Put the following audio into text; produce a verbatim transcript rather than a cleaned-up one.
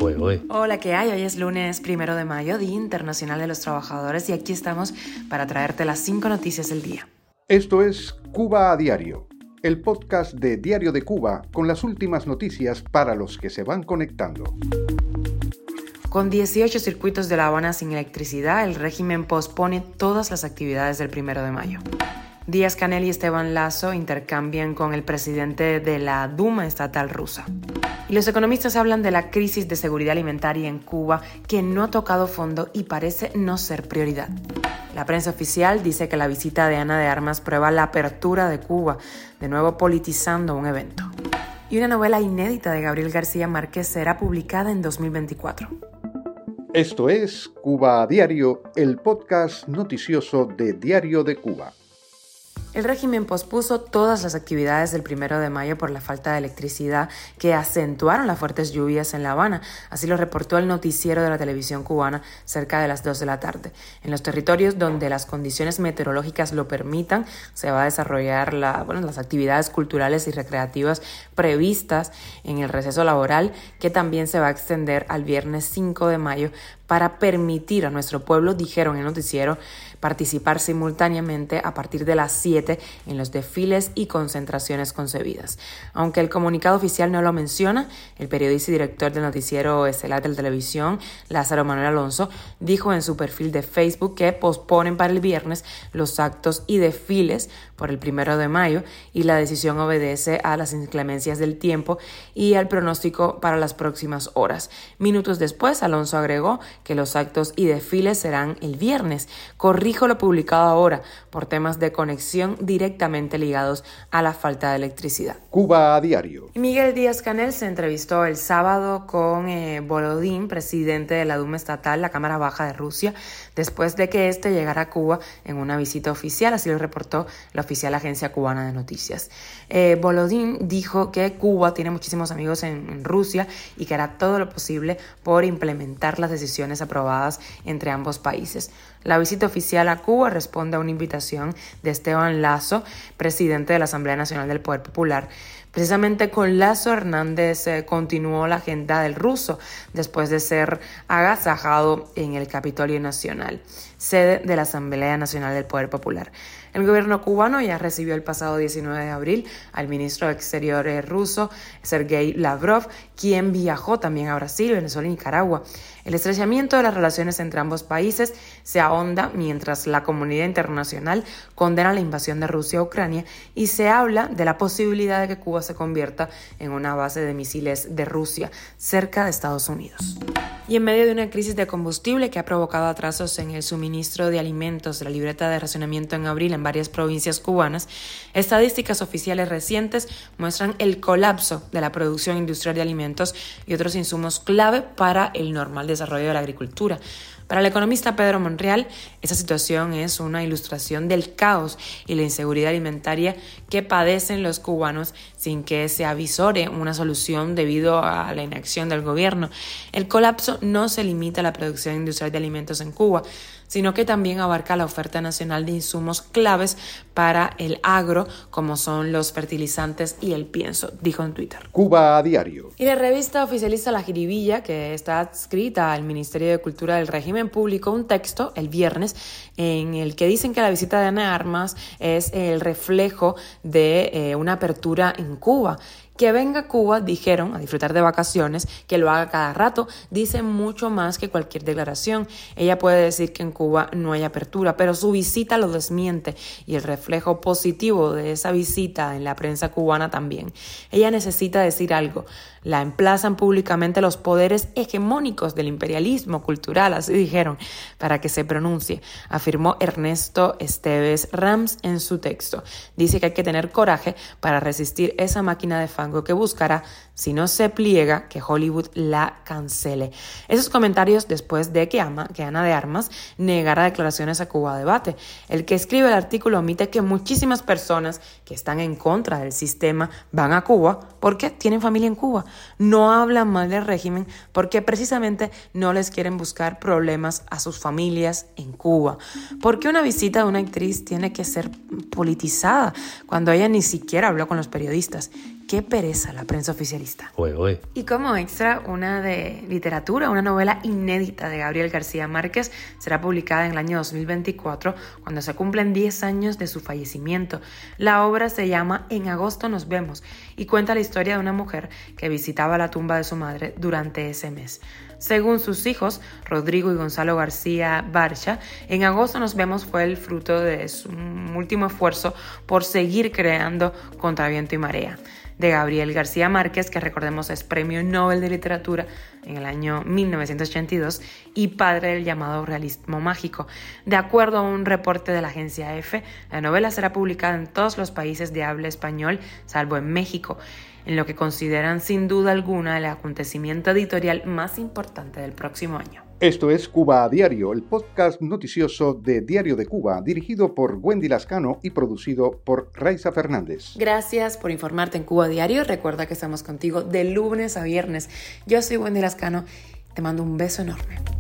fue hoy? Hola, ¿qué hay? Hoy es lunes primero de mayo, Día Internacional de los Trabajadores, y aquí estamos para traerte las cinco noticias del día. Esto es Cuba a Diario, el podcast de Diario de Cuba con las últimas noticias para los que se van conectando. Con dieciocho circuitos de La Habana sin electricidad, el régimen pospone todas las actividades del primero de mayo. Díaz-Canel y Esteban Lazo intercambian con el presidente de la Duma estatal rusa. Y los economistas hablan de la crisis de seguridad alimentaria en Cuba, que no ha tocado fondo y parece no ser prioridad. La prensa oficial dice que la visita de Ana de Armas prueba la apertura de Cuba, de nuevo politizando un evento. Y una novela inédita de Gabriel García Márquez será publicada en dos mil veinticuatro. Esto es Cuba a Diario, el podcast noticioso de Diario de Cuba. El régimen pospuso todas las actividades del primero de mayo por la falta de electricidad que acentuaron las fuertes lluvias en La Habana. Así lo reportó el noticiero de la televisión cubana cerca de las dos de la tarde. En los territorios donde las condiciones meteorológicas lo permitan, se va a desarrollar la, bueno, las actividades culturales y recreativas previstas en el receso laboral, que también se va a extender al viernes cinco de mayo para permitir a nuestro pueblo, dijeron en el noticiero, participar simultáneamente a partir de las siete en los desfiles y concentraciones concebidas. Aunque el comunicado oficial no lo menciona, el periodista y director del noticiero estelar de la televisión, Lázaro Manuel Alonso, dijo en su perfil de Facebook que posponen para el viernes los actos y desfiles por el primero de mayo, y la decisión obedece a las inclemencias del tiempo y al pronóstico para las próximas horas. Minutos después, Alonso agregó que los actos y desfiles serán el viernes. Corrijo lo publicado ahora por temas de conexión directamente ligados a la falta de electricidad. Cuba a Diario. Miguel Díaz-Canel se entrevistó el sábado con eh, Volodín, presidente de la Duma estatal, la Cámara Baja de Rusia, después de que éste llegara a Cuba en una visita oficial, así lo reportó la oficial agencia cubana de noticias. Eh, Volodín dijo que Cuba tiene muchísimos amigos en, en Rusia y que hará todo lo posible por implementar las decisiones aprobadas entre ambos países. La visita oficial a Cuba responde a una invitación de Esteban Lazo, presidente de la Asamblea Nacional del Poder Popular. Precisamente con Lazo, Hernández eh, continuó la agenda del ruso después de ser agasajado en el Capitolio Nacional, sede de la Asamblea Nacional del Poder Popular. El gobierno cubano ya recibió el pasado diecinueve de abril al ministro de Exteriores ruso, Sergei Lavrov, quien viajó también a Brasil, Venezuela y Nicaragua. El estrechamiento de las relaciones entre ambos países se ahonda mientras la comunidad internacional condena la invasión de Rusia a Ucrania y se habla de la posibilidad de que Cuba se convierta en una base de misiles de Rusia cerca de Estados Unidos. Y en medio de una crisis de combustible que ha provocado atrasos en el suministro de alimentos de la libreta de racionamiento en abril en varias provincias cubanas, estadísticas oficiales recientes muestran el colapso de la producción industrial de alimentos y otros insumos clave para el normal desarrollo de la agricultura. Para el economista Pedro Monreal, esa situación es una ilustración del caos y la inseguridad alimentaria que padecen los cubanos sin que se avisore una solución debido a la inacción del gobierno. El colapso no se limita a la producción industrial de alimentos en Cuba, sino que también abarca la oferta nacional de insumos claves para el agro, como son los fertilizantes y el pienso, dijo en Twitter. Cuba a Diario. Y la revista oficialista La Jiribilla, que está adscrita al Ministerio de Cultura del régimen, publicó un texto el viernes en el que dicen que la visita de Ana de Armas es el reflejo de eh, una apertura en Cuba. Que venga a Cuba, dijeron, a disfrutar de vacaciones, que lo haga cada rato, dice mucho más que cualquier declaración. Ella puede decir que en Cuba no hay apertura, pero su visita lo desmiente y el reflejo positivo de esa visita en la prensa cubana también. Ella necesita decir algo. La emplazan públicamente los poderes hegemónicos del imperialismo cultural, así dijeron, para que se pronuncie, afirmó Ernesto Esteves Rams en su texto. Dice que hay que tener coraje para resistir esa máquina de fango que buscará, si no se pliega, que Hollywood la cancele. Esos comentarios después de que, Ama, que Ana de Armas negara declaraciones a Cuba Debate. El que escribe el artículo omite que muchísimas personas que están en contra del sistema van a Cuba porque tienen familia en Cuba. No hablan mal del régimen porque precisamente no les quieren buscar problemas a sus familias en Cuba. ¿Por qué una visita de una actriz tiene que ser politizada cuando ella ni siquiera habló con los periodistas? Qué pereza la prensa oficialista. Oye, oye. Y como extra, una de literatura, una novela inédita de Gabriel García Márquez será publicada en el año dos mil veinticuatro, cuando se cumplen diez años de su fallecimiento. La obra se llama En agosto nos vemos y cuenta la historia de una mujer que visitaba la tumba de su madre durante ese mes. Según sus hijos, Rodrigo y Gonzalo García Barcha, En agosto nos vemos fue el fruto de su último esfuerzo por seguir creando contra viento y marea. De Gabriel García Márquez, que recordemos es Premio Nobel de Literatura en el año mil novecientos ochenta y dos y padre del llamado realismo mágico. De acuerdo a un reporte de la agencia EFE, la novela será publicada en todos los países de habla español, salvo en México, en lo que consideran sin duda alguna el acontecimiento editorial más importante del próximo año. Esto es Cuba a Diario, el podcast noticioso de Diario de Cuba, dirigido por Wendy Lascano y producido por Raiza Fernández. Gracias por informarte en Cuba a Diario. Recuerda que estamos contigo de lunes a viernes. Yo soy Wendy Lascano. Te mando un beso enorme.